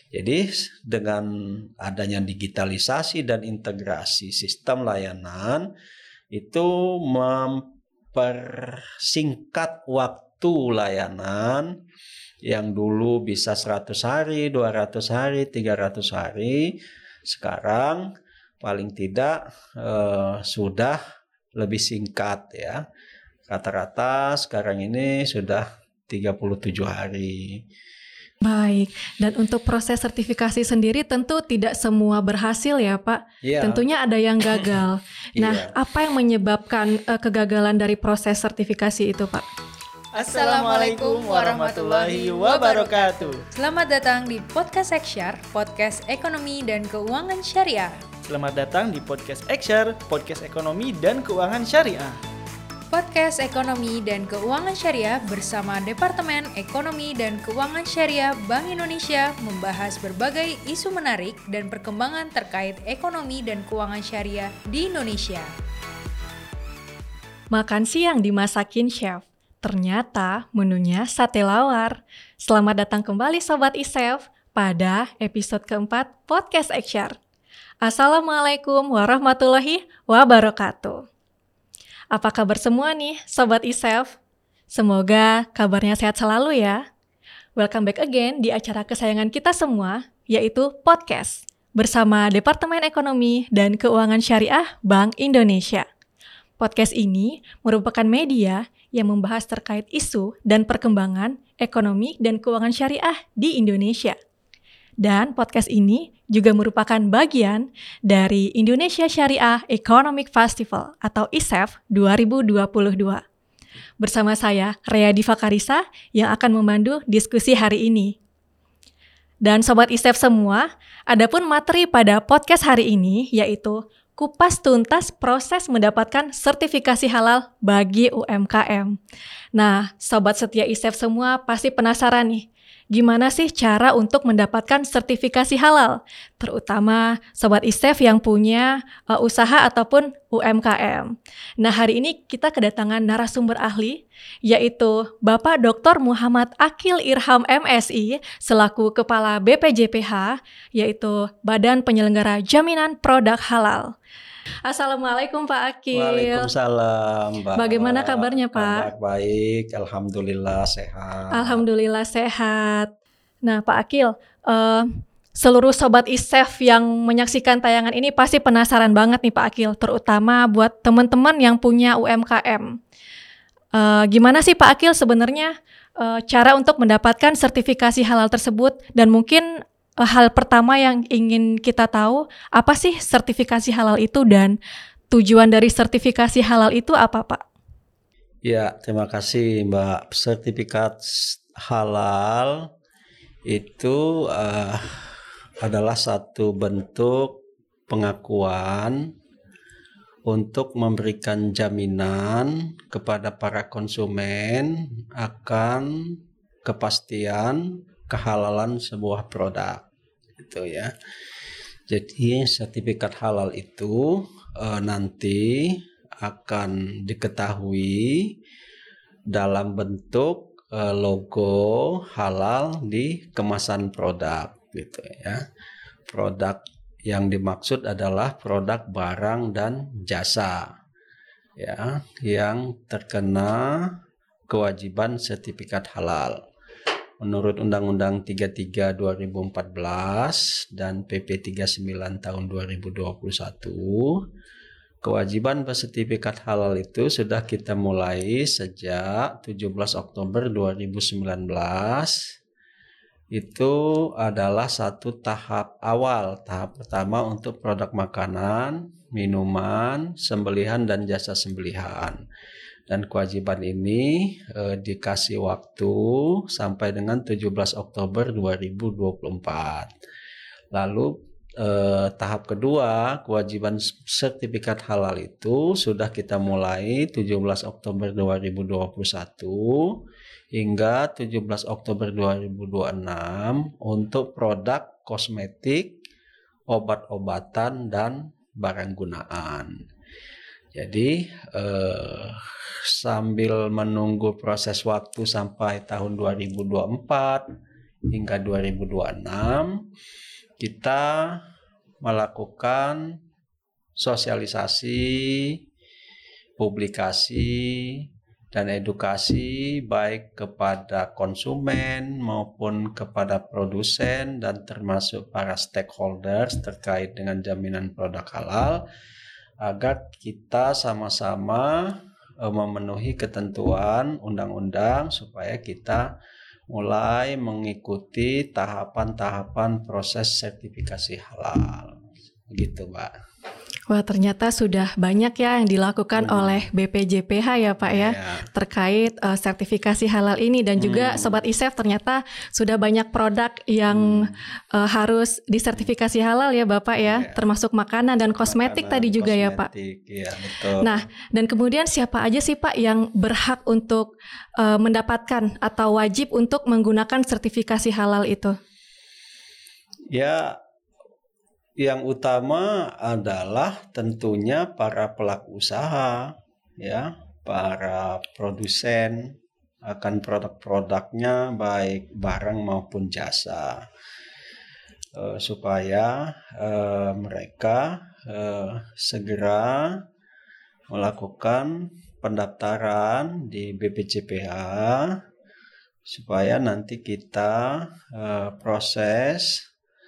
Jadi dengan adanya digitalisasi dan integrasi sistem layanan itu mempersingkat waktu layanan yang dulu bisa 100 hari, 200 hari, 300 hari, sekarang paling tidak sudah lebih singkat ya. Rata-rata sekarang ini sudah 37 hari. Baik, dan untuk proses sertifikasi sendiri tentu tidak semua berhasil ya Pak. Iya. Tentunya ada yang gagal. Nah, Iya. apa yang menyebabkan kegagalan dari proses sertifikasi itu Pak? Assalamualaikum warahmatullahi wabarakatuh. Selamat datang di Podcast Eksyar, podcast ekonomi dan keuangan syariah. Selamat datang di Podcast Eksyar, podcast ekonomi dan keuangan syariah. Podcast Ekonomi dan Keuangan Syariah bersama Departemen Ekonomi dan Keuangan Syariah Bank Indonesia membahas berbagai isu menarik dan perkembangan terkait ekonomi dan keuangan syariah di Indonesia. Makan siang dimasakin chef. Ternyata menunya sate lawar. Selamat datang kembali Sobat Isef pada episode keempat Podcast Eksyar. Assalamualaikum warahmatullahi wabarakatuh. Apa kabar semua nih Sobat Isef? Semoga kabarnya sehat selalu ya. Welcome back again di acara kesayangan kita semua, yaitu Podcast bersama Departemen Ekonomi dan Keuangan Syariah Bank Indonesia. Podcast ini merupakan media yang membahas terkait isu dan perkembangan ekonomi dan keuangan syariah di Indonesia. Dan podcast ini juga merupakan bagian dari Indonesia Syariah Economic Festival atau ISEF 2022. Bersama saya, Rea Diva Karisa, yang akan memandu diskusi hari ini. Dan Sobat ISEF semua, adapun materi pada podcast hari ini yaitu kupas tuntas proses mendapatkan sertifikasi halal bagi UMKM. Nah, Sobat setia ISEF semua pasti penasaran nih, gimana sih cara untuk mendapatkan sertifikasi halal? Terutama Sobat ISEF yang punya usaha ataupun UMKM. Nah, hari ini kita kedatangan narasumber ahli, yaitu Bapak Dr. Muhammad Akil Irham MSI, selaku Kepala BPJPH, yaitu Badan Penyelenggara Jaminan Produk Halal. Assalamualaikum Pak Akil. Waalaikumsalam, Mbak. Bagaimana kabarnya Pak? Kabar baik, alhamdulillah sehat. Alhamdulillah sehat. Nah Pak Akil, seluruh Sobat ISEF yang menyaksikan tayangan ini pasti penasaran banget nih Pak Akil, terutama buat teman-teman yang punya UMKM. Gimana sih Pak Akil sebenarnya cara untuk mendapatkan sertifikasi halal tersebut, dan mungkin hal pertama yang ingin kita tahu, apa sih sertifikasi halal itu dan tujuan dari sertifikasi halal itu apa Pak? Ya, terima kasih Mbak. Sertifikat halal itu adalah satu bentuk pengakuan untuk memberikan jaminan kepada para konsumen akan kepastian kehalalan sebuah produk, gitu ya. Jadi sertifikat halal itu nanti akan diketahui dalam bentuk logo halal di kemasan produk, gitu ya. Produk yang dimaksud adalah produk barang dan jasa, ya, yang terkena kewajiban sertifikat halal. Menurut Undang-Undang 33 2014 dan PP 39 tahun 2021, kewajiban bersertifikat halal itu sudah kita mulai sejak 17 Oktober 2019. Itu adalah satu tahap awal. Tahap pertama untuk produk makanan, minuman, sembelihan dan jasa sembelihan. Dan kewajiban ini dikasih waktu sampai dengan 17 Oktober 2024. Lalu tahap kedua, kewajiban sertifikat halal itu sudah kita mulai 17 Oktober 2021 hingga 17 Oktober 2026 untuk produk kosmetik, obat-obatan, dan barang gunaan. Jadi sambil menunggu proses waktu sampai tahun 2024, hingga 2026 kita melakukan sosialisasi, publikasi, dan edukasi baik kepada konsumen maupun kepada produsen dan termasuk para stakeholders terkait dengan jaminan produk halal agar kita sama-sama memenuhi ketentuan undang-undang supaya kita mulai mengikuti tahapan-tahapan proses sertifikasi halal. Begitu, Mbak. Wah, ternyata sudah banyak ya yang dilakukan oleh BPJPH ya Pak ya, terkait sertifikasi halal ini, dan juga Sobat ISEF ternyata sudah banyak produk yang harus disertifikasi halal ya Bapak ya, termasuk makanan dan kosmetik tadi juga ya Pak. Ya, betul. Nah, dan kemudian siapa aja sih Pak yang berhak untuk mendapatkan atau wajib untuk menggunakan sertifikasi halal itu? Ya, yang utama adalah tentunya para pelaku usaha, ya, para produsen akan produk-produknya baik barang maupun jasa, supaya mereka segera melakukan pendaftaran di BPJPH supaya nanti kita proses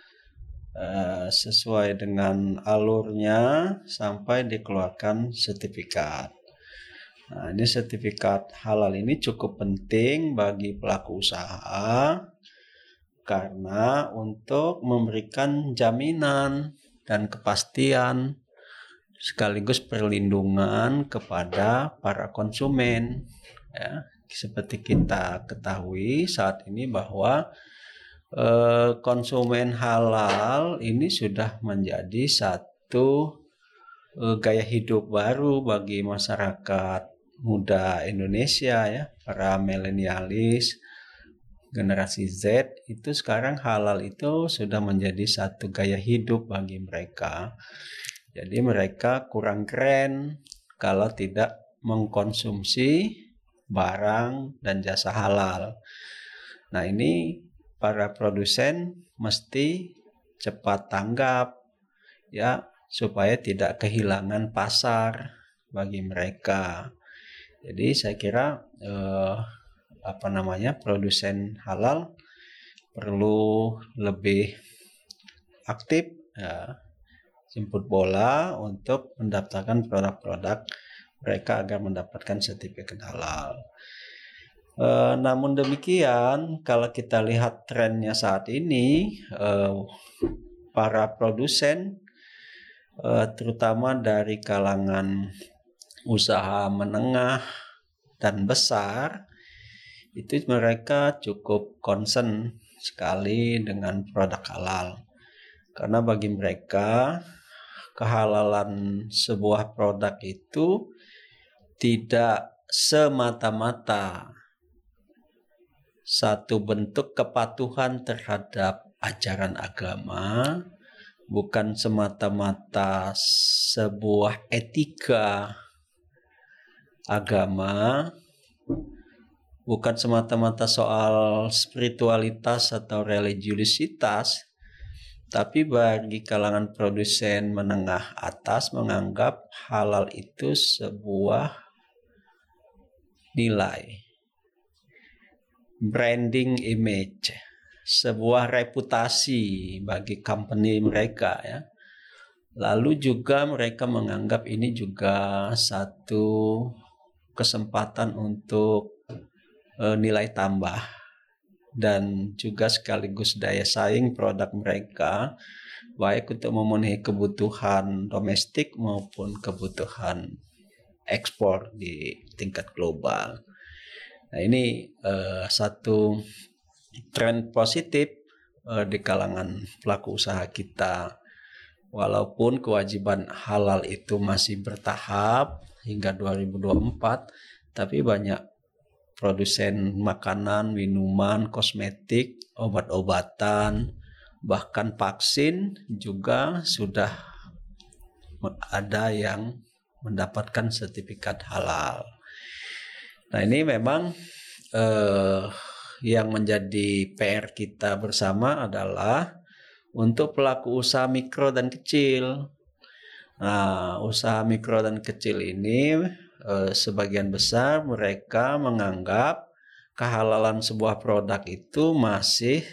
sesuai dengan alurnya sampai dikeluarkan sertifikat. Nah, ini sertifikat halal ini cukup penting bagi pelaku usaha karena untuk memberikan jaminan dan kepastian sekaligus perlindungan kepada para konsumen. Ya, seperti kita ketahui saat ini bahwa konsumen halal ini sudah menjadi satu gaya hidup baru bagi masyarakat muda Indonesia ya, para milenialis, generasi Z itu sekarang halal itu sudah menjadi satu gaya hidup bagi mereka. Jadi mereka kurang keren kalau tidak mengkonsumsi barang dan jasa halal. Nah, ini para produsen mesti cepat tanggap ya supaya tidak kehilangan pasar bagi mereka. Jadi saya kira produsen halal perlu lebih aktif ya, jemput bola untuk mendaftarkan produk-produk mereka agar mendapatkan sertifikat halal. Namun demikian, kalau kita lihat trennya saat ini, para produsen, terutama dari kalangan usaha menengah dan besar, itu mereka cukup concern sekali dengan produk halal. Karena bagi mereka, kehalalan sebuah produk itu tidak semata-mata satu bentuk kepatuhan terhadap ajaran agama, bukan semata-mata sebuah etika agama, bukan semata-mata soal spiritualitas atau religiusitas, tapi bagi kalangan produsen menengah atas menganggap halal itu sebuah nilai, branding image, sebuah reputasi bagi company mereka ya. Lalu juga mereka menganggap ini juga satu kesempatan untuk nilai tambah dan juga sekaligus daya saing produk mereka baik untuk memenuhi kebutuhan domestik maupun kebutuhan ekspor di tingkat global. Nah, ini satu tren positif di kalangan pelaku usaha kita. Walaupun kewajiban halal itu masih bertahap hingga 2024, tapi banyak produsen makanan, minuman, kosmetik, obat-obatan, bahkan vaksin juga sudah ada yang mendapatkan sertifikat halal. Nah, ini memang yang menjadi PR kita bersama adalah untuk pelaku usaha mikro dan kecil. Nah, usaha mikro dan kecil ini sebagian besar mereka menganggap kehalalan sebuah produk itu masih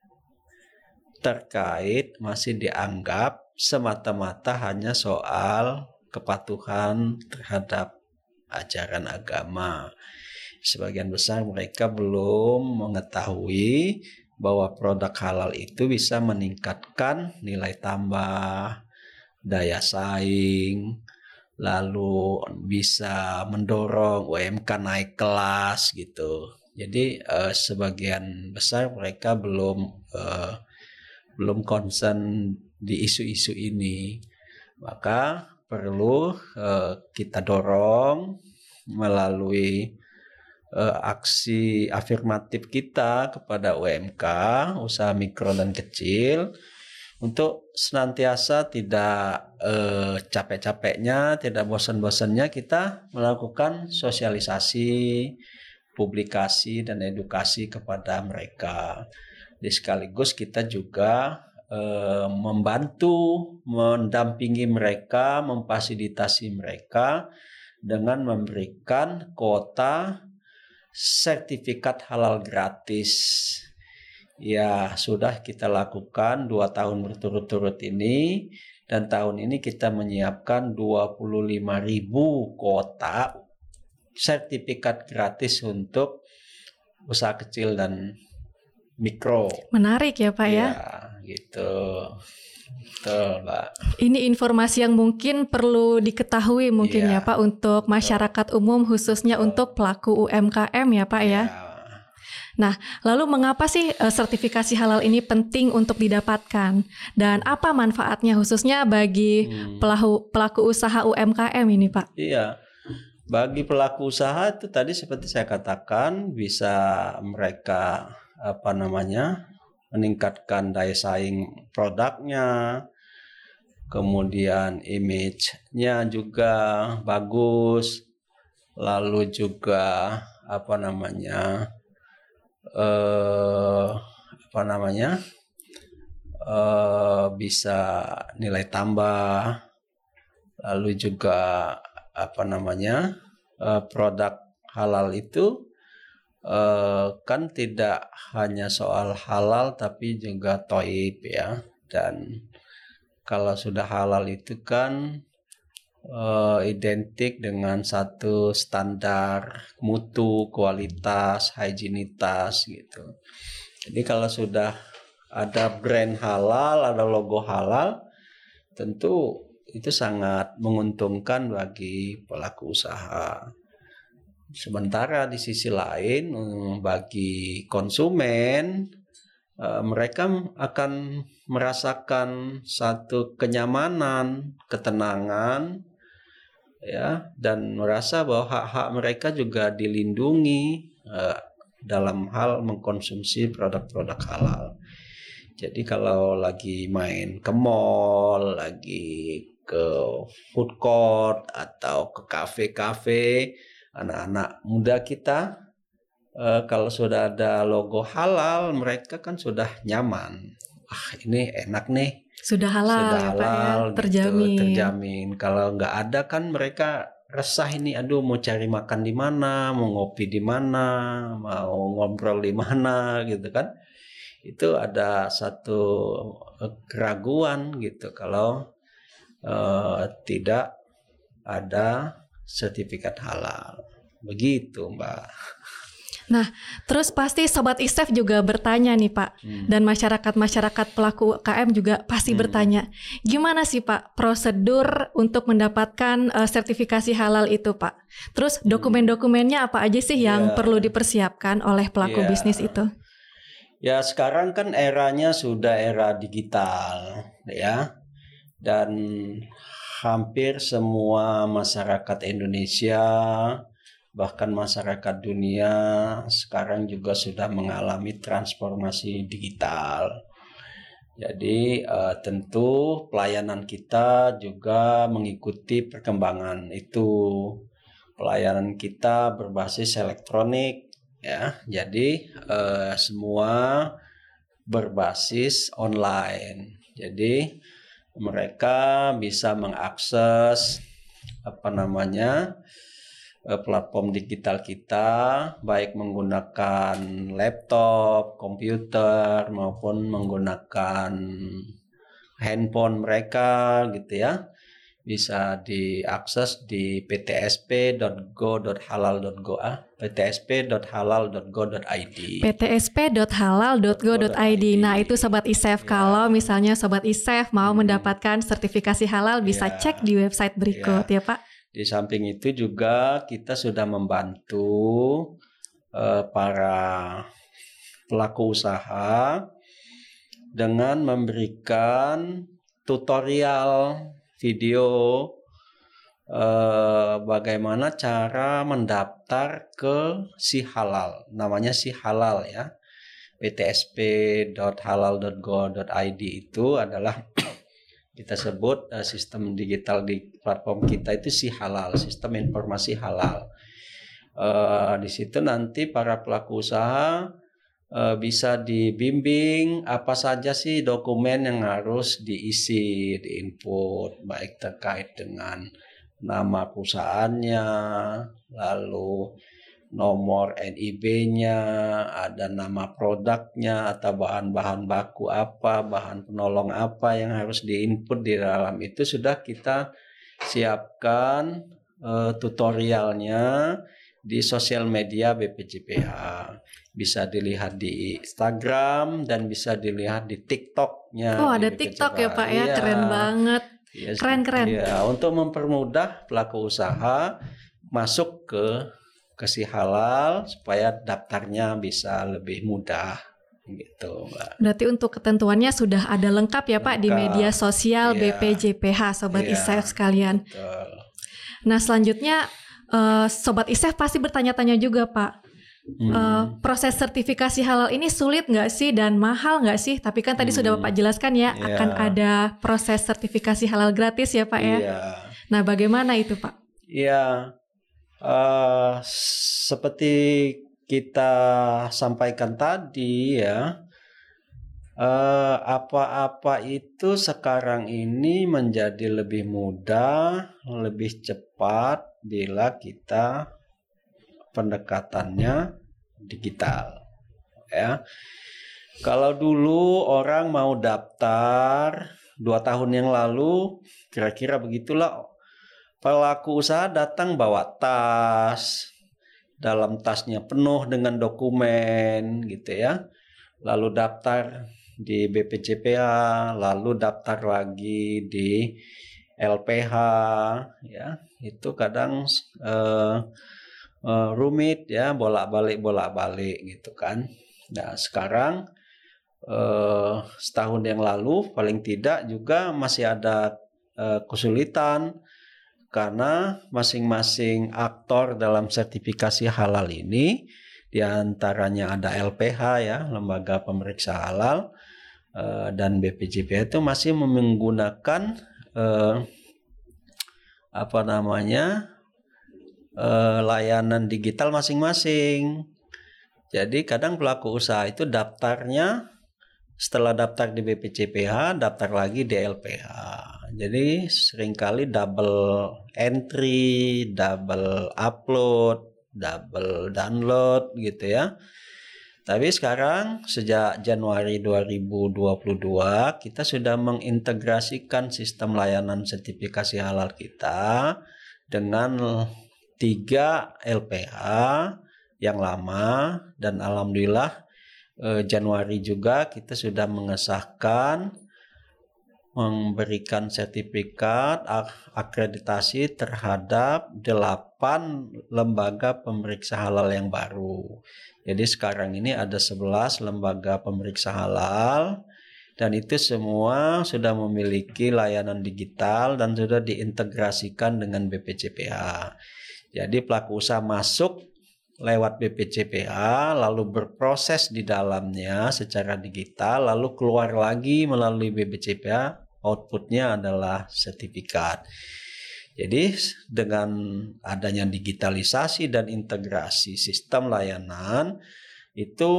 dianggap semata-mata hanya soal kepatuhan terhadap ajaran agama. Sebagian besar mereka belum mengetahui bahwa produk halal itu bisa meningkatkan nilai tambah, daya saing, lalu bisa mendorong UMK naik kelas gitu. Jadi sebagian besar mereka belum concern di isu-isu ini. Maka perlu kita dorong melalui aksi afirmatif kita kepada UMK, usaha mikro dan kecil, untuk senantiasa tidak capek-capeknya, tidak bosan-bosannya kita melakukan sosialisasi, publikasi, dan edukasi kepada mereka. Sekaligus kita juga membantu, mendampingi mereka, memfasilitasi mereka dengan memberikan kuota sertifikat halal gratis. Ya, sudah kita lakukan 2 tahun berturut-turut ini, dan tahun ini kita menyiapkan 25.000 kuota sertifikat gratis untuk usaha kecil dan mikro. Menarik ya Pak ya. Ya, gitu. Betul, Mbak. Ini informasi yang mungkin perlu diketahui mungkin ya Pak untuk masyarakat umum, khususnya untuk pelaku UMKM ya Pak ya. Nah, lalu mengapa sih sertifikasi halal ini penting untuk didapatkan? Dan apa manfaatnya khususnya bagi pelaku usaha UMKM ini Pak? Iya, bagi pelaku usaha itu tadi seperti saya katakan, bisa mereka meningkatkan daya saing produknya, kemudian image-nya juga bagus, lalu juga bisa nilai tambah, lalu juga produk halal itu kan tidak hanya soal halal tapi juga thayyib ya. Dan kalau sudah halal itu kan identik dengan satu standar mutu, kualitas, higienitas gitu. Jadi kalau sudah ada brand halal, ada logo halal, tentu itu sangat menguntungkan bagi pelaku usaha. Sementara di sisi lain bagi konsumen, mereka akan merasakan satu kenyamanan, ketenangan, ya, dan merasa bahwa hak-hak mereka juga dilindungi dalam hal mengkonsumsi produk-produk halal. Jadi kalau lagi main ke mall, lagi ke food court atau ke kafe-kafe, anak-anak muda kita kalau sudah ada logo halal, mereka kan sudah nyaman. Wah, ini enak nih. Sudah halal ya Pak ya, terjamin. Terjamin. Kalau nggak ada kan mereka resah ini, aduh mau cari makan di mana, mau ngopi di mana, mau ngobrol di mana gitu kan. Itu ada satu keraguan gitu kalau tidak ada sertifikat halal. Begitu, Mbak. Nah, terus pasti Sobat ISEF juga bertanya nih Pak, dan masyarakat pelaku UKM juga pasti bertanya, gimana sih Pak prosedur untuk mendapatkan sertifikasi halal itu Pak? Terus dokumen-dokumennya apa aja sih yang perlu dipersiapkan oleh pelaku bisnis itu? Ya, sekarang kan eranya sudah era digital ya, dan hampir semua masyarakat Indonesia, bahkan masyarakat dunia sekarang juga sudah mengalami transformasi digital. Jadi tentu pelayanan kita juga mengikuti perkembangan itu. Pelayanan kita berbasis elektronik, ya. Jadi semua berbasis online. Jadi mereka bisa mengakses platform digital kita, baik menggunakan laptop, komputer maupun menggunakan handphone mereka gitu ya. Bisa diakses di ptsp.halal.go.id. ptsp.halal.go.id. Nah, itu Sobat ISEF. Kalau misalnya Sobat ISEF mau mendapatkan sertifikasi halal, bisa cek di website berikut ya Pak. Di samping itu juga kita sudah membantu para pelaku usaha dengan memberikan tutorial video bagaimana cara mendaftar ke Si Halal. Namanya Si Halal ya. ptsp.halal.go.id itu adalah kita sebut sistem digital di platform kita itu Si Halal, sistem informasi halal. Di situ nanti para pelaku usaha bisa dibimbing apa saja sih dokumen yang harus diisi, diinput, baik terkait dengan nama perusahaannya, lalu nomor NIB-nya, ada nama produknya atau bahan-bahan baku apa, bahan penolong apa yang harus diinput di dalam itu sudah kita siapkan tutorialnya di sosial media BPJPH. Bisa dilihat di Instagram dan bisa dilihat di TikTok-nya. Oh, ada TikTok ya Pak ya, keren banget. Keren. Ya, untuk mempermudah pelaku usaha masuk ke Si Halal supaya daftarnya bisa lebih mudah gitu, Mbak. Berarti untuk ketentuannya sudah ada lengkap ya Pak di media sosial BPJPH Sobat ISEF sekalian. Betul. Nah, selanjutnya Sobat ISEF pasti bertanya-tanya juga Pak. Proses sertifikasi halal ini sulit nggak sih dan mahal nggak sih? Tapi kan tadi sudah Bapak jelaskan ya, akan ada proses sertifikasi halal gratis ya Pak ya. Nah, bagaimana itu Pak? Iya, seperti kita sampaikan tadi ya, apa-apa itu sekarang ini menjadi lebih mudah, lebih cepat bila kita pendekatannya digital ya. Kalau dulu orang mau daftar 2 tahun yang lalu, kira-kira begitulah, pelaku usaha datang bawa tas, dalam tasnya penuh dengan dokumen gitu ya, lalu daftar di BPJPH, lalu daftar lagi di LPH ya, itu kadang rumit ya, bolak-balik gitu kan. Nah, sekarang setahun yang lalu paling tidak juga masih ada kesulitan karena masing-masing aktor dalam sertifikasi halal ini, diantaranya ada LPH ya, Lembaga Pemeriksa Halal, dan BPJPH itu masih menggunakan layanan digital masing-masing. Jadi kadang pelaku usaha itu daftarnya setelah daftar di BPJPH, daftar lagi di LPH. Jadi seringkali double entry, double upload, double download gitu ya. Tapi sekarang sejak Januari 2022 kita sudah mengintegrasikan sistem layanan sertifikasi halal kita dengan 3 LPH yang lama, dan alhamdulillah Januari juga kita sudah mengesahkan memberikan sertifikat akreditasi terhadap 8 lembaga pemeriksa halal yang baru. Jadi sekarang ini ada 11 lembaga pemeriksa halal, dan itu semua sudah memiliki layanan digital dan sudah diintegrasikan dengan BPJPH. Jadi pelaku usaha masuk lewat BPJPH, lalu berproses di dalamnya secara digital, lalu keluar lagi melalui BPJPH, outputnya adalah sertifikat. Jadi dengan adanya digitalisasi dan integrasi sistem layanan itu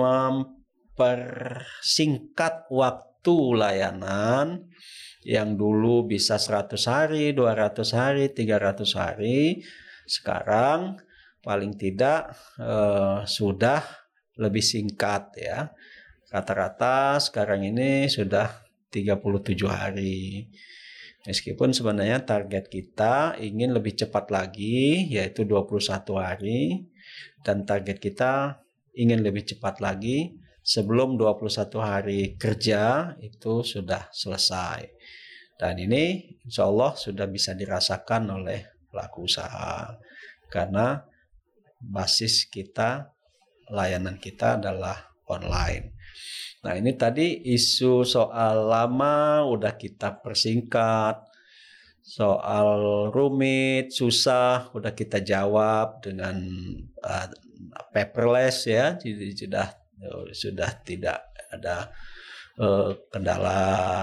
mempersingkat waktu layanan yang dulu bisa 100 hari, 200 hari, 300 hari, sekarang paling tidak sudah lebih singkat ya. Rata-rata sekarang ini sudah 37 hari. Meskipun sebenarnya target kita ingin lebih cepat lagi, yaitu 21 hari. Dan target kita ingin lebih cepat lagi sebelum 21 hari kerja itu sudah selesai. Dan ini insya Allah sudah bisa dirasakan oleh pelaku usaha. Karena basis kita, layanan kita adalah online. Nah ini tadi isu soal lama udah kita persingkat, soal rumit, susah udah kita jawab dengan paperless ya, jadi sudah tidak ada kendala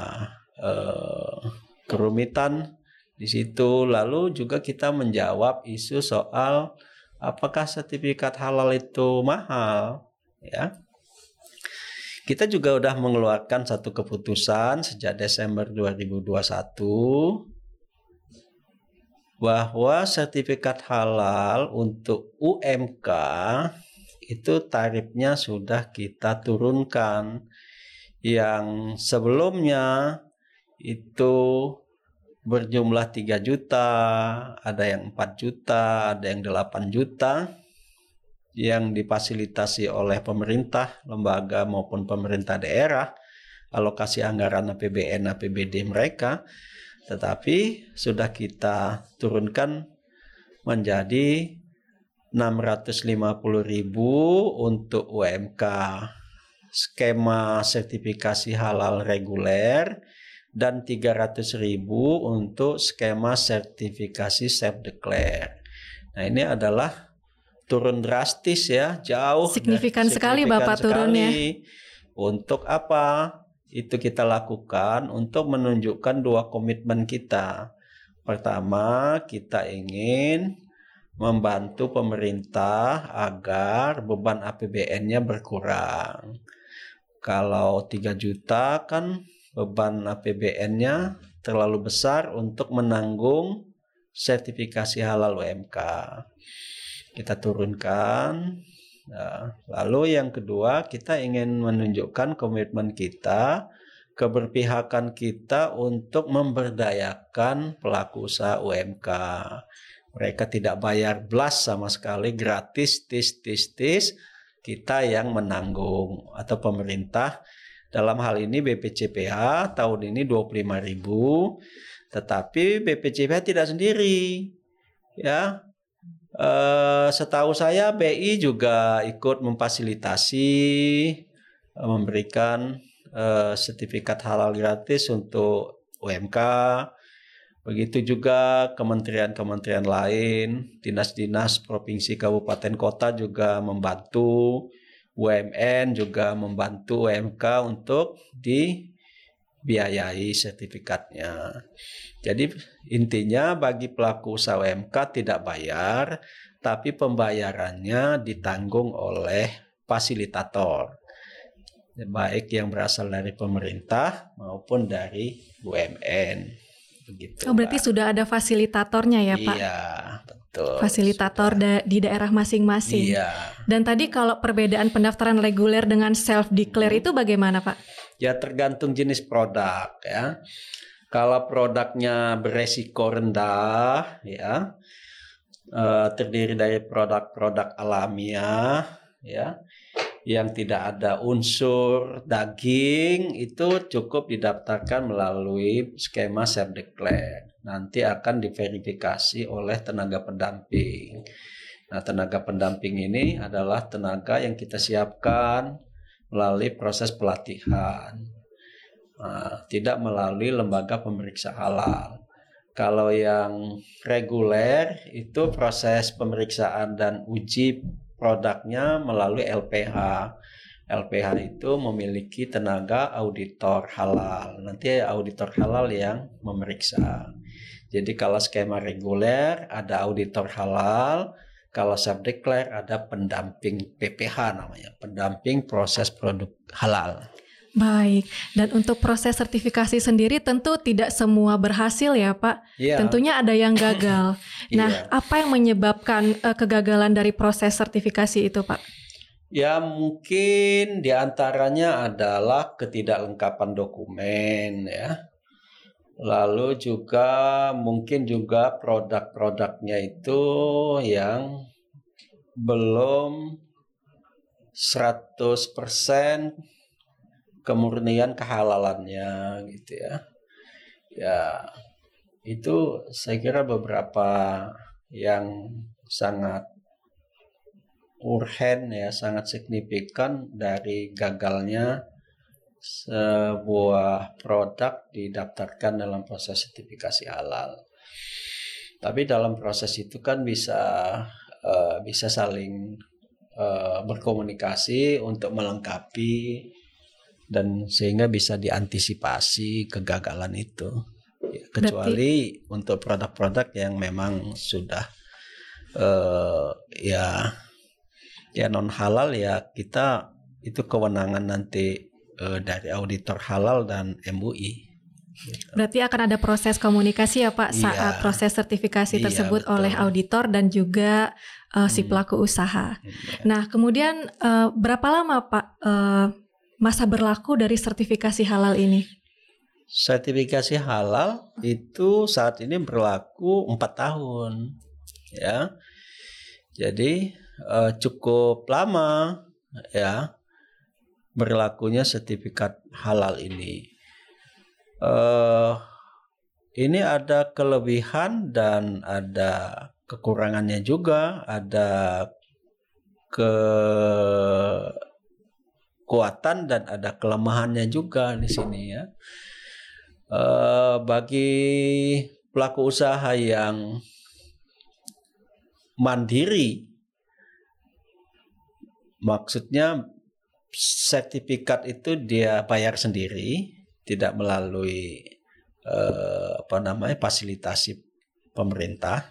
kerumitan di situ. Lalu juga kita menjawab isu soal apakah sertifikat halal itu mahal ya. Kita juga sudah mengeluarkan satu keputusan sejak Desember 2021 bahwa sertifikat halal untuk UMK itu tarifnya sudah kita turunkan. Yang sebelumnya itu berjumlah 3 juta, ada yang 4 juta, ada yang 8 juta. Yang difasilitasi oleh pemerintah, lembaga maupun pemerintah daerah, alokasi anggaran APBN, APBD mereka, tetapi sudah kita turunkan menjadi 650.000 untuk UMK skema sertifikasi halal reguler dan 300.000 untuk skema sertifikasi self declare. Nah ini adalah turun drastis ya, jauh signifikan sekali Bapak turunnya. Untuk apa? Itu kita lakukan untuk menunjukkan 2 komitmen kita. Pertama, kita ingin membantu pemerintah agar beban APBN-nya berkurang. Kalau 3 juta kan beban APBN-nya terlalu besar untuk menanggung sertifikasi halal UMK. Kita turunkan. Nah, lalu yang kedua, kita ingin menunjukkan komitmen kita, keberpihakan kita untuk memberdayakan pelaku usaha UMK. Mereka tidak bayar blas sama sekali, gratis, tis. Kita yang menanggung atau pemerintah. Dalam hal ini BPCPH tahun ini 25.000, tetapi BPCPH tidak sendiri. Ya. Setahu saya BI juga ikut memfasilitasi memberikan sertifikat halal gratis untuk UMK. Begitu juga kementerian-kementerian lain, dinas-dinas provinsi, kabupaten, kota juga membantu, UMN juga membantu UMK untuk dibiayai sertifikatnya. Jadi intinya bagi pelaku usaha UMK tidak bayar, tapi pembayarannya ditanggung oleh fasilitator, baik yang berasal dari pemerintah maupun dari BUMN. Begitu. Oh, berarti sudah ada fasilitatornya ya Pak? Iya, betul. Fasilitator di daerah masing-masing. Iya. Dan tadi kalau perbedaan pendaftaran reguler dengan self-declare itu bagaimana Pak? Ya tergantung jenis produk ya. Kalau produknya beresiko rendah, ya, terdiri dari produk-produk alamiah, ya, yang tidak ada unsur daging, itu cukup didaftarkan melalui skema self declare. Nanti akan diverifikasi oleh tenaga pendamping. Nah, tenaga pendamping ini adalah tenaga yang kita siapkan melalui proses pelatihan. Nah, tidak melalui lembaga pemeriksa halal. Kalau yang reguler itu proses pemeriksaan dan uji produknya melalui LPH. LPH itu memiliki tenaga auditor halal. Nanti auditor halal yang memeriksa. Jadi kalau skema reguler ada auditor halal, kalau self declare ada pendamping PPH namanya, pendamping proses produk halal. Baik, dan untuk proses sertifikasi sendiri tentu tidak semua berhasil ya Pak. Iya. Tentunya ada yang gagal. Nah, Iya. apa yang menyebabkan kegagalan dari proses sertifikasi itu Pak? Ya mungkin diantaranya adalah ketidaklengkapan dokumen ya. Lalu juga mungkin juga produk-produknya itu yang belum 100% kemurnian kehalalannya gitu ya. Ya itu saya kira beberapa yang sangat urgen ya, sangat signifikan dari gagalnya sebuah produk didaftarkan dalam proses sertifikasi halal. Tapi dalam proses itu kan bisa saling berkomunikasi untuk melengkapi dan sehingga bisa diantisipasi kegagalan itu. Ya, kecuali untuk produk-produk yang memang sudah ya non halal, ya kita itu kewenangan nanti dari auditor halal dan MUI. Berarti akan ada proses komunikasi ya Pak saat proses sertifikasi tersebut betul. oleh auditor dan juga si pelaku usaha. Nah, kemudian berapa lama Pak masa berlaku dari sertifikasi halal ini? Sertifikasi halal itu saat ini berlaku 4 tahun ya. Jadi cukup lama ya berlakunya sertifikat halal ini. Ini ada kelebihan dan ada kekurangannya juga, ada kekuatan dan ada kelemahannya juga di sini ya. Bagi pelaku usaha yang mandiri, maksudnya sertifikat itu dia bayar sendiri, tidak melalui fasilitasi pemerintah.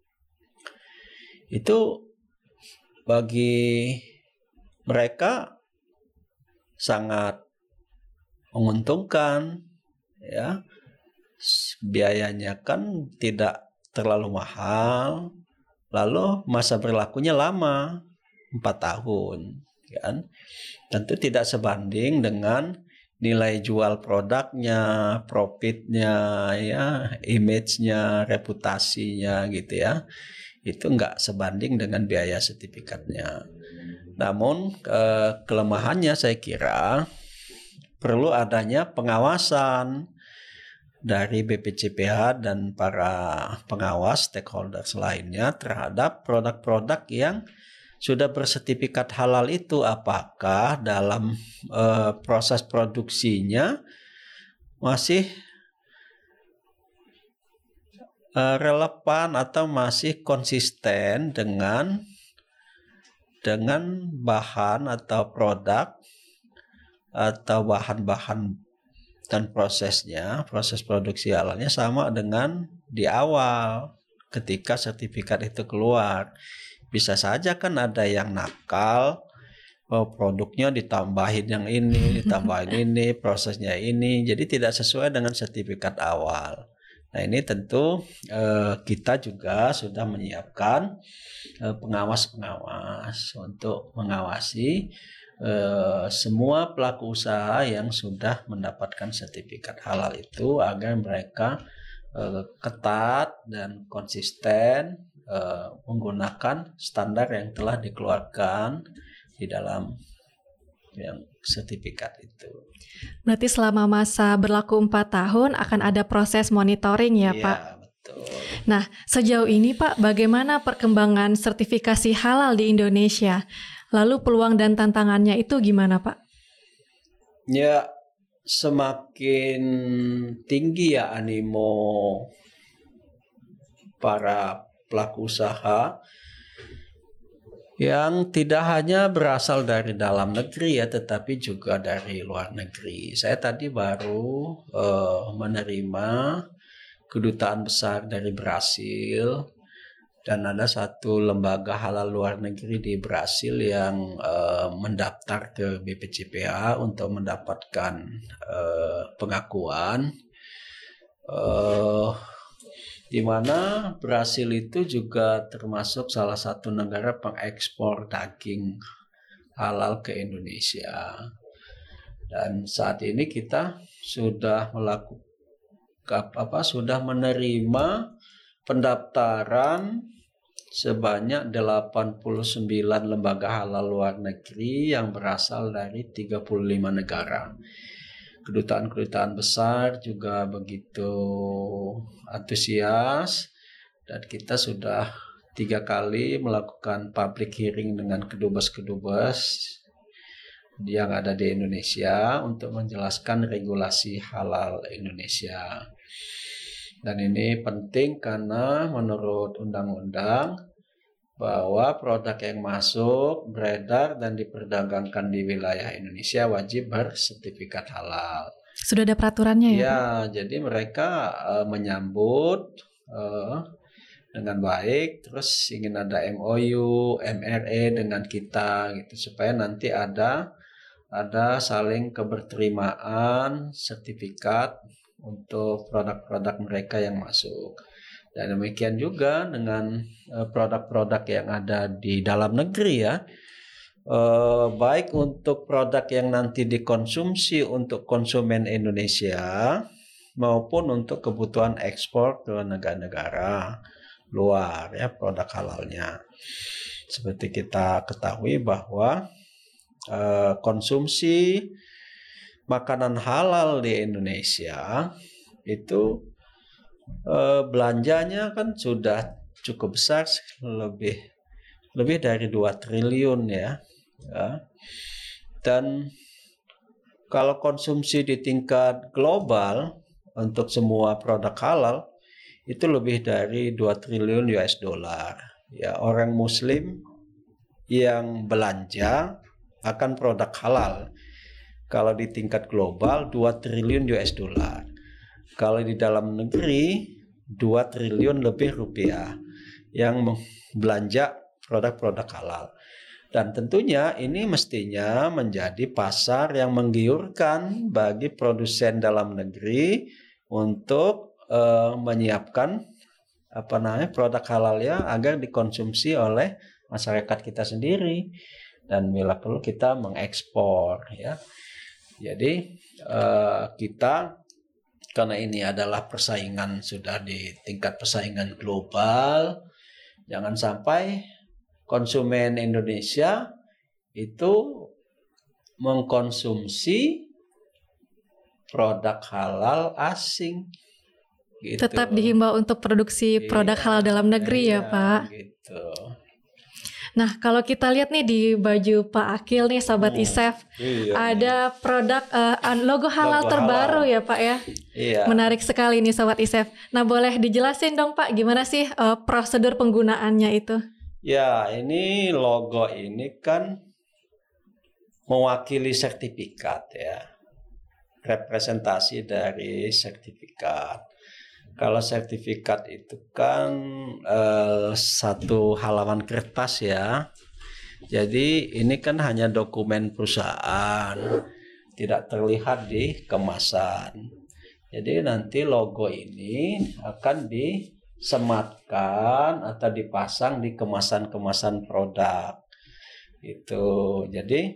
Itu bagi mereka sangat menguntungkan ya. Biayanya kan tidak terlalu mahal, lalu masa berlakunya lama, 4 tahun kan. Tentu tidak sebanding dengan nilai jual produknya, profitnya ya, image-nya, reputasinya gitu ya. Itu enggak sebanding dengan biaya sertifikatnya. Namun kelemahannya saya kira perlu adanya pengawasan dari BPCPH dan para pengawas stakeholders lainnya terhadap produk-produk yang sudah bersertifikat halal itu, apakah dalam proses produksinya masih relevan atau masih konsisten dengan bahan atau produk atau bahan-bahan dan prosesnya, proses produksi halalnya sama dengan di awal ketika sertifikat itu keluar. Bisa saja kan ada yang nakal, produknya ditambahin yang ini, ditambahin ini, prosesnya ini, jadi tidak sesuai dengan sertifikat awal. Nah ini tentu kita juga sudah menyiapkan pengawas-pengawas untuk mengawasi semua pelaku usaha yang sudah mendapatkan sertifikat halal itu agar mereka ketat dan konsisten menggunakan standar yang telah dikeluarkan di dalam yang sertifikat itu. Berarti selama masa berlaku 4 tahun akan ada proses monitoring ya Pak? Iya, betul. Nah, sejauh ini Pak, bagaimana perkembangan sertifikasi halal di Indonesia? Lalu peluang dan tantangannya itu gimana Pak? Ya, semakin tinggi ya animo para pelaku usaha yang tidak hanya berasal dari dalam negeri ya, tetapi juga dari luar negeri. Saya tadi baru menerima kedutaan besar dari Brasil, dan ada satu lembaga halal luar negeri di Brasil yang mendaftar ke BPCPA untuk mendapatkan pengakuan, di mana Brasil itu juga termasuk salah satu negara pengekspor daging halal ke Indonesia. Dan saat ini kita sudah menerima pendaftaran sebanyak 89 lembaga halal luar negeri yang berasal dari 35 negara. Kedutaan-kedutaan besar juga begitu antusias, dan kita sudah 3 kali melakukan public hearing dengan kedubes-kedubes yang ada di Indonesia untuk menjelaskan regulasi halal Indonesia. Dan ini penting karena menurut undang-undang bahwa produk yang masuk, beredar, dan diperdagangkan di wilayah Indonesia wajib bersertifikat halal. Sudah ada peraturannya ya? Ya, jadi mereka menyambut dengan baik, terus ingin ada MOU, MRE dengan kita gitu, supaya nanti ada saling keberterimaan sertifikat untuk produk-produk mereka yang masuk. Dan demikian juga dengan produk-produk yang ada di dalam negeri ya, baik untuk produk yang nanti dikonsumsi untuk konsumen Indonesia maupun untuk kebutuhan ekspor ke negara-negara luar ya, produk halalnya. Seperti kita ketahui bahwa konsumsi makanan halal di Indonesia itu belanjanya kan sudah cukup besar, lebih dari 2 triliun ya. Dan kalau konsumsi di tingkat global untuk semua produk halal itu lebih dari 2 triliun US dollar. Ya, orang muslim yang belanja akan produk halal kalau di tingkat global 2 triliun US dollar. Kalau di dalam negeri 2 triliun lebih rupiah yang belanja produk-produk halal. Dan tentunya ini mestinya menjadi pasar yang menggiurkan bagi produsen dalam negeri untuk menyiapkan produk halalnya agar dikonsumsi oleh masyarakat kita sendiri, dan bila perlu kita mengekspor ya. Jadi kita, karena ini adalah persaingan, sudah di tingkat persaingan global, jangan sampai konsumen Indonesia itu mengkonsumsi produk halal asing. Gitu. Tetap dihimbau untuk produksi produk halal dalam negeri ya Pak. Gitu. Nah, kalau kita lihat nih di baju Pak Akil nih, Sobat ISEF, ada produk logo halal terbaru ya Pak ya. Iya. Menarik sekali nih Sobat ISEF. Nah, boleh dijelasin dong Pak, gimana sih prosedur penggunaannya itu? Ya, ini logo ini kan mewakili sertifikat ya, representasi dari sertifikat. Kalau sertifikat itu kan satu halaman kertas ya. Jadi ini kan hanya dokumen perusahaan, tidak terlihat di kemasan. Jadi nanti logo ini akan disematkan atau dipasang di kemasan-kemasan produk. Itu. Jadi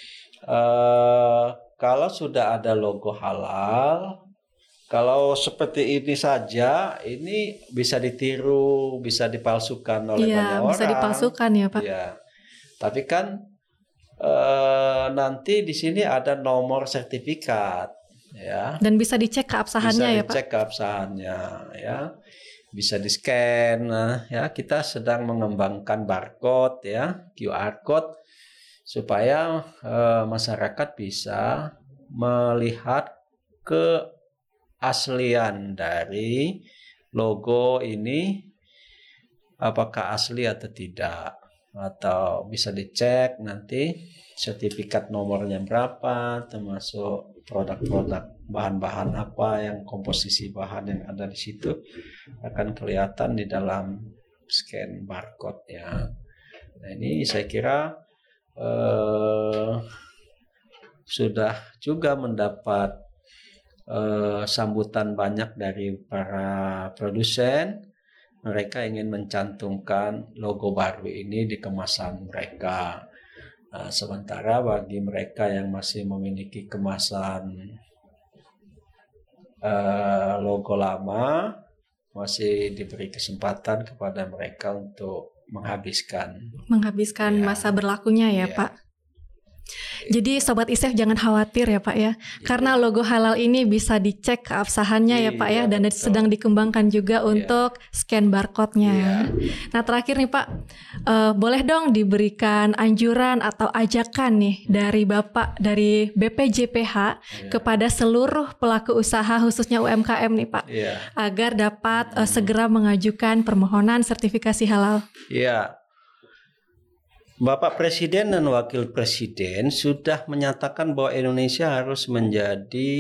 kalau sudah ada logo halal, kalau seperti ini saja, ini bisa ditiru, bisa dipalsukan oleh banyak orang. Iya, bisa dipalsukan ya Pak. Ya. Tapi kan nanti di sini ada nomor sertifikat, ya. Dan bisa dicek keabsahannya ya Pak. Bisa dicek keabsahannya, ya. Bisa di-scan, ya. Kita sedang mengembangkan barcode, ya, QR code, supaya masyarakat bisa melihat keaslian dari logo ini, apakah asli atau tidak, atau bisa dicek nanti sertifikat nomornya berapa, termasuk produk-produk bahan-bahan apa, yang komposisi bahan yang ada di situ akan kelihatan di dalam scan barcode-nya. Nah, ini saya kira sudah juga mendapat sambutan banyak dari para produsen. Mereka ingin mencantumkan logo baru ini di kemasan mereka. Nah, sementara bagi mereka yang masih memiliki kemasan logo lama, masih diberi kesempatan kepada mereka untuk menghabiskan masa berlakunya ya, ya. Pak. Jadi Sobat ISEF jangan khawatir ya Pak ya, karena logo halal ini bisa dicek keabsahannya ya Pak ya, dan betul. sedang dikembangkan juga untuk scan barcode-nya. Nah terakhir nih Pak, boleh dong diberikan anjuran atau ajakan nih dari Bapak, dari BPJPH kepada seluruh pelaku usaha khususnya UMKM nih Pak, agar dapat segera mengajukan permohonan sertifikasi halal. Iya. Bapak Presiden dan Wakil Presiden sudah menyatakan bahwa Indonesia harus menjadi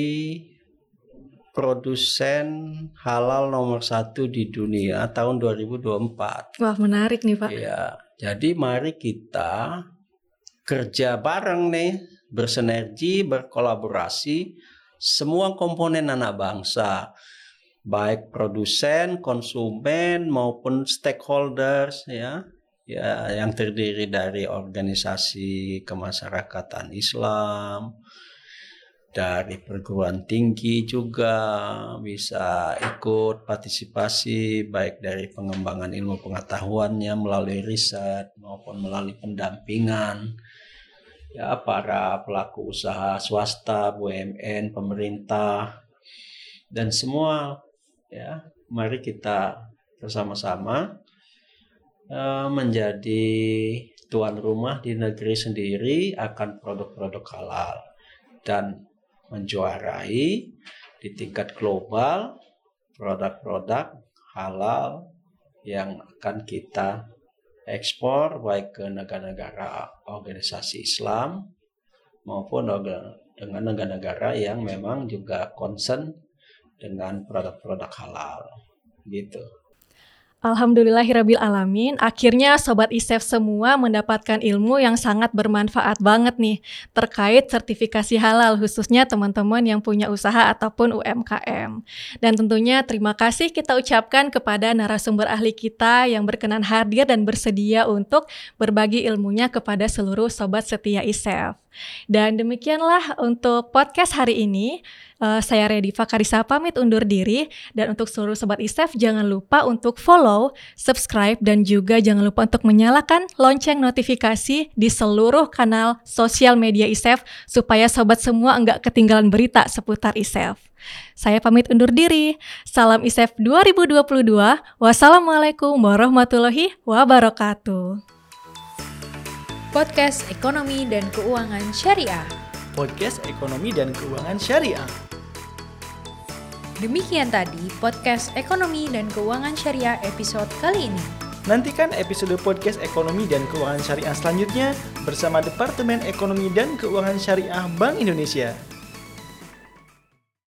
produsen halal nomor 1 di dunia tahun 2024. Wah menarik nih Pak. Ya, jadi mari kita kerja bareng nih, bersinergi, berkolaborasi, semua komponen anak bangsa, baik produsen, konsumen maupun stakeholders ya, yang terdiri dari organisasi kemasyarakatan Islam, dari perguruan tinggi juga bisa ikut partisipasi, baik dari pengembangan ilmu pengetahuannya melalui riset maupun melalui pendampingan ya, para pelaku usaha swasta, BUMN, pemerintah, dan semua ya, mari kita bersama-sama menjadi tuan rumah di negeri sendiri akan produk-produk halal dan menjuarai di tingkat global produk-produk halal yang akan kita ekspor baik ke negara-negara organisasi Islam maupun dengan negara-negara yang memang juga concern dengan produk-produk halal gitu. Alhamdulillahirabbil alamin, akhirnya Sobat ISEF semua mendapatkan ilmu yang sangat bermanfaat banget nih terkait sertifikasi halal, khususnya teman-teman yang punya usaha ataupun UMKM. Dan tentunya terima kasih kita ucapkan kepada narasumber ahli kita yang berkenan hadir dan bersedia untuk berbagi ilmunya kepada seluruh Sobat setia ISEF. Dan demikianlah untuk podcast hari ini. Saya Redifa Karisa pamit undur diri, dan untuk seluruh Sobat ISEF jangan lupa untuk follow, subscribe, dan juga jangan lupa untuk menyalakan lonceng notifikasi di seluruh kanal sosial media ISEF supaya Sobat semua enggak ketinggalan berita seputar ISEF. Saya pamit undur diri. Salam ISEF 2022. Wassalamualaikum warahmatullahi wabarakatuh. Podcast Ekonomi dan Keuangan Syariah. Podcast Ekonomi dan Keuangan Syariah. Demikian tadi podcast Ekonomi dan Keuangan Syariah episode kali ini. Nantikan episode podcast Ekonomi dan Keuangan Syariah selanjutnya bersama Departemen Ekonomi dan Keuangan Syariah Bank Indonesia.